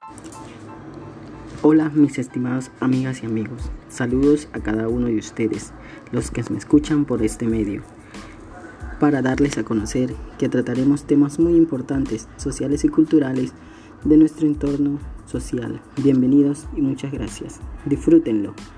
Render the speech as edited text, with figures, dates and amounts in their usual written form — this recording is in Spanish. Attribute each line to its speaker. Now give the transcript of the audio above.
Speaker 1: Hola mis estimados amigas y amigos, saludos a cada uno de ustedes, los que me escuchan por este medio, para darles a conocer que trataremos temas muy importantes, sociales y culturales de nuestro entorno social. Bienvenidos y muchas gracias, disfrútenlo.